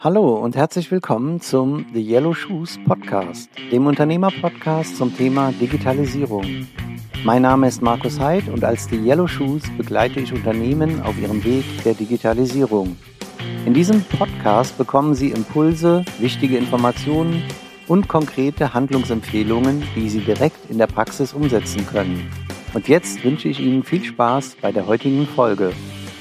Hallo und herzlich willkommen zum The Yellow Shoes Podcast, dem Unternehmer-Podcast zum Thema Digitalisierung. Mein Name ist Markus Heid und als The Yellow Shoes begleite ich Unternehmen auf ihrem Weg der Digitalisierung. In diesem Podcast bekommen Sie Impulse, wichtige Informationen und konkrete Handlungsempfehlungen, die Sie direkt in der Praxis umsetzen können. Und jetzt wünsche ich Ihnen viel Spaß bei der heutigen Folge.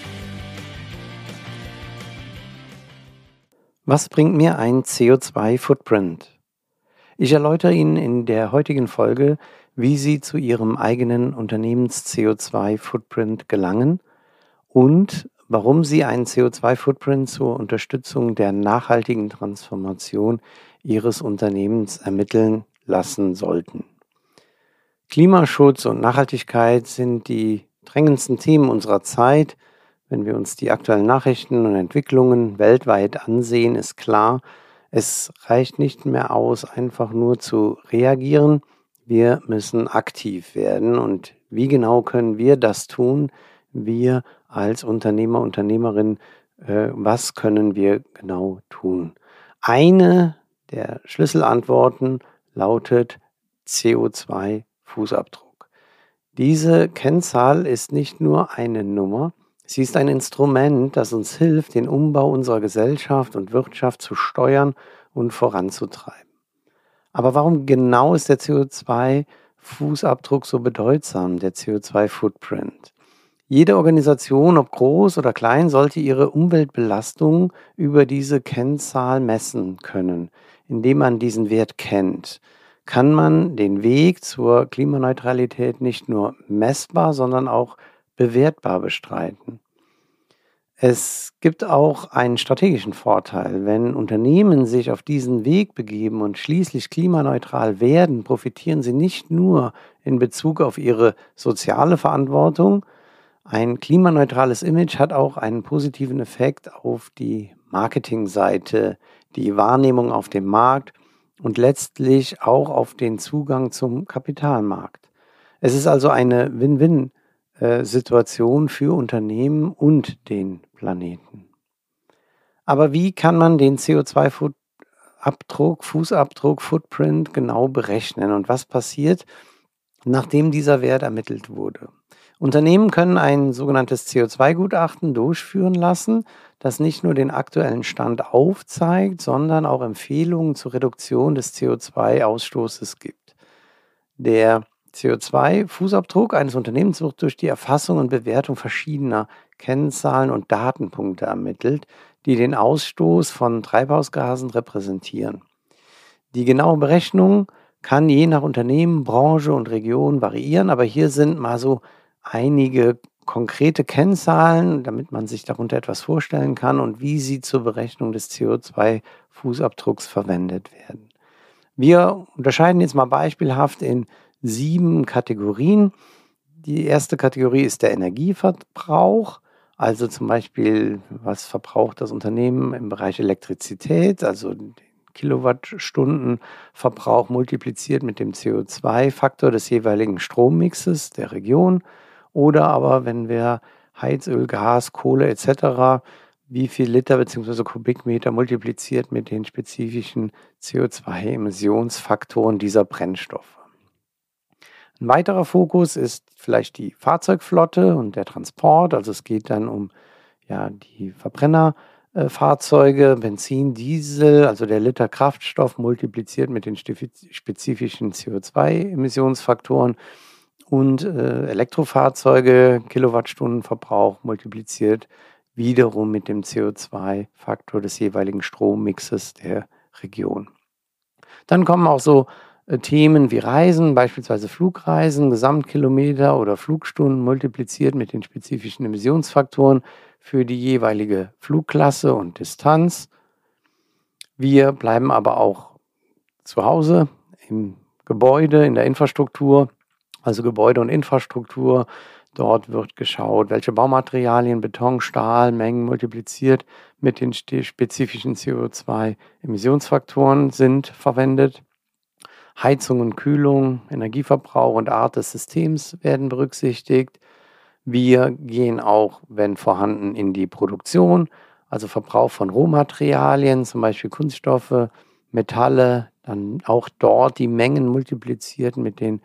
Was bringt mir ein CO2-Footprint? Ich erläutere Ihnen in der heutigen Folge, wie Sie zu Ihrem eigenen Unternehmens-CO2-Footprint gelangen und warum Sie einen CO2-Footprint zur Unterstützung der nachhaltigen Transformation Ihres Unternehmens ermitteln lassen sollten. Klimaschutz und Nachhaltigkeit sind die drängendsten Themen unserer Zeit. Wenn wir uns die aktuellen Nachrichten und Entwicklungen weltweit ansehen, ist klar, es reicht nicht mehr aus, einfach nur zu reagieren. Wir müssen aktiv werden. Und wie genau können wir das tun? Wir als Unternehmer, Unternehmerin, was können wir genau tun? Eine der Schlüsselantworten lautet CO2-Fußabdruck. Diese Kennzahl ist nicht nur eine Nummer, sie ist ein Instrument, das uns hilft, den Umbau unserer Gesellschaft und Wirtschaft zu steuern und voranzutreiben. Aber warum genau ist der CO2-Fußabdruck so bedeutsam, der CO2-Footprint? Jede Organisation, ob groß oder klein, sollte ihre Umweltbelastung über diese Kennzahl messen können. Indem man diesen Wert kennt, kann man den Weg zur Klimaneutralität nicht nur messbar, sondern auch bewertbar bestreiten. Es gibt auch einen strategischen Vorteil. Wenn Unternehmen sich auf diesen Weg begeben und schließlich klimaneutral werden, profitieren sie nicht nur in Bezug auf ihre soziale Verantwortung. Ein klimaneutrales Image hat auch einen positiven Effekt auf die Marketingseite, die Wahrnehmung auf dem Markt und letztlich auch auf den Zugang zum Kapitalmarkt. Es ist also eine Win-Win-Situation für Unternehmen und den Planeten. Aber wie kann man den CO2-Fußabdruck, Footprint genau berechnen und was passiert, nachdem dieser Wert ermittelt wurde? Unternehmen können ein sogenanntes CO2-Gutachten durchführen lassen, das nicht nur den aktuellen Stand aufzeigt, sondern auch Empfehlungen zur Reduktion des CO2-Ausstoßes gibt. Der CO2-Fußabdruck eines Unternehmens wird durch die Erfassung und Bewertung verschiedener Kennzahlen und Datenpunkte ermittelt, die den Ausstoß von Treibhausgasen repräsentieren. Die genaue Berechnung kann je nach Unternehmen, Branche und Region variieren, aber hier sind mal so einige konkrete Kennzahlen, damit man sich darunter etwas vorstellen kann und wie sie zur Berechnung des CO2-Fußabdrucks verwendet werden. Wir unterscheiden jetzt mal beispielhaft in 7 Kategorien. Die erste Kategorie ist der Energieverbrauch, also zum Beispiel, was verbraucht das Unternehmen im Bereich Elektrizität, also den Kilowattstundenverbrauch multipliziert mit dem CO2-Faktor des jeweiligen Strommixes der Region. Oder aber, wenn wir Heizöl, Gas, Kohle etc., wie viel Liter bzw. Kubikmeter multipliziert mit den spezifischen CO2-Emissionsfaktoren dieser Brennstoffe. Ein weiterer Fokus ist vielleicht die Fahrzeugflotte und der Transport. Also es geht dann um die Verbrennerfahrzeuge, Benzin, Diesel, also der Liter Kraftstoff multipliziert mit den spezifischen CO2-Emissionsfaktoren. Und Elektrofahrzeuge, Kilowattstundenverbrauch multipliziert wiederum mit dem CO2-Faktor des jeweiligen Strommixes der Region. Dann kommen auch so Themen wie Reisen, beispielsweise Flugreisen, Gesamtkilometer oder Flugstunden multipliziert mit den spezifischen Emissionsfaktoren für die jeweilige Flugklasse und Distanz. Wir bleiben aber auch zu Hause, im Gebäude, in der Infrastruktur. Also Gebäude und Infrastruktur, dort wird geschaut, welche Baumaterialien, Beton, Stahl, Mengen multipliziert mit den spezifischen CO2-Emissionsfaktoren sind verwendet. Heizung und Kühlung, Energieverbrauch und Art des Systems werden berücksichtigt. Wir gehen auch, wenn vorhanden, in die Produktion. also Verbrauch von Rohmaterialien, zum Beispiel Kunststoffe, Metalle, dann auch dort die Mengen multipliziert mit den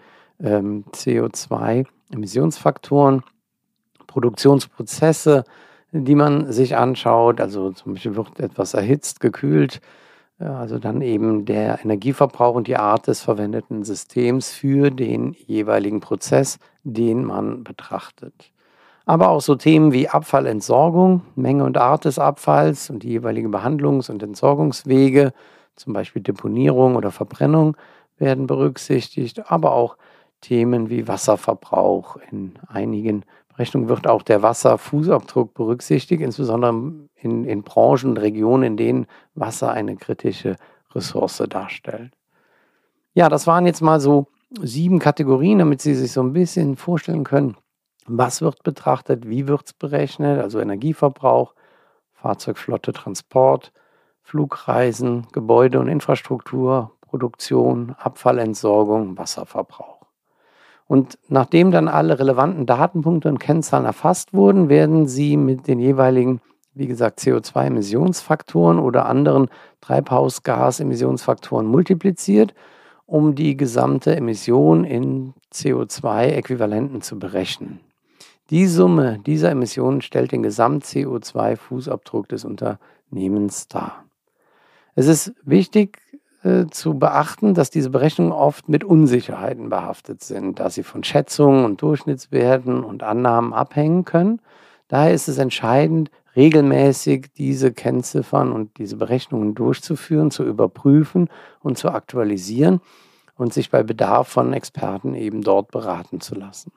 CO2-Emissionsfaktoren, Produktionsprozesse, die man sich anschaut, also zum Beispiel wird etwas erhitzt, gekühlt, also dann eben der Energieverbrauch und die Art des verwendeten Systems für den jeweiligen Prozess, den man betrachtet. Aber auch so Themen wie Abfallentsorgung, Menge und Art des Abfalls und die jeweiligen Behandlungs- und Entsorgungswege, zum Beispiel Deponierung oder Verbrennung, werden berücksichtigt, aber auch Themen wie Wasserverbrauch. In einigen Berechnungen wird auch der Wasserfußabdruck berücksichtigt, insbesondere in Branchen und Regionen, in denen Wasser eine kritische Ressource darstellt. Ja, das waren jetzt mal so 7 Kategorien, damit Sie sich so ein bisschen vorstellen können, was wird betrachtet, wie wird es berechnet, also Energieverbrauch, Fahrzeugflotte, Transport, Flugreisen, Gebäude und Infrastruktur, Produktion, Abfallentsorgung, Wasserverbrauch. Und nachdem dann alle relevanten Datenpunkte und Kennzahlen erfasst wurden, werden sie mit den jeweiligen, wie gesagt, CO2-Emissionsfaktoren oder anderen Treibhausgasemissionsfaktoren multipliziert, um die gesamte Emission in CO2-Äquivalenten zu berechnen. Die Summe dieser Emissionen stellt den Gesamt-CO2-Fußabdruck des Unternehmens dar. Es ist wichtig zu beachten, dass diese Berechnungen oft mit Unsicherheiten behaftet sind, da sie von Schätzungen und Durchschnittswerten und Annahmen abhängen können. Daher ist es entscheidend, regelmäßig diese Kennziffern und diese Berechnungen durchzuführen, zu überprüfen und zu aktualisieren und sich bei Bedarf von Experten eben dort beraten zu lassen.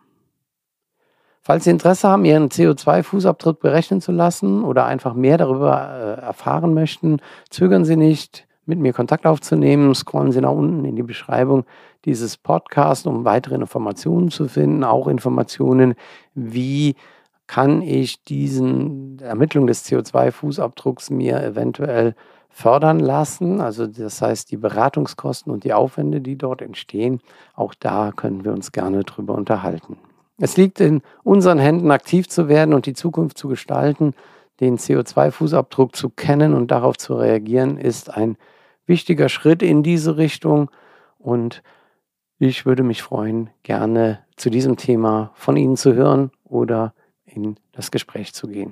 Falls Sie Interesse haben, Ihren CO2-Fußabdruck berechnen zu lassen oder einfach mehr darüber erfahren möchten, zögern Sie nicht, mit mir Kontakt aufzunehmen. Scrollen Sie nach unten in die Beschreibung dieses Podcasts, um weitere Informationen zu finden, auch Informationen, wie kann ich diesen Ermittlung des CO2-Fußabdrucks mir eventuell fördern lassen. Also das heißt, die Beratungskosten und die Aufwände, die dort entstehen, auch da können wir uns gerne drüber unterhalten. Es liegt in unseren Händen, aktiv zu werden und die Zukunft zu gestalten. Den CO2-Fußabdruck zu kennen und darauf zu reagieren, ist ein wichtiger Schritt in diese Richtung. Und ich würde mich freuen, gerne zu diesem Thema von Ihnen zu hören oder in das Gespräch zu gehen.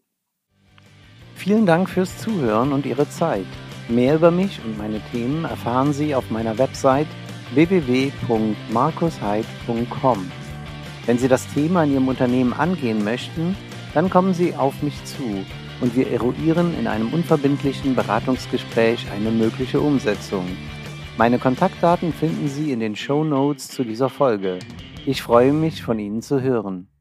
Vielen Dank fürs Zuhören und Ihre Zeit. Mehr über mich und meine Themen erfahren Sie auf meiner Website www.markusheid.com. Wenn Sie das Thema in Ihrem Unternehmen angehen möchten, dann kommen Sie auf mich zu und wir eruieren in einem unverbindlichen Beratungsgespräch eine mögliche Umsetzung. Meine Kontaktdaten finden Sie in den Shownotes zu dieser Folge. Ich freue mich, von Ihnen zu hören.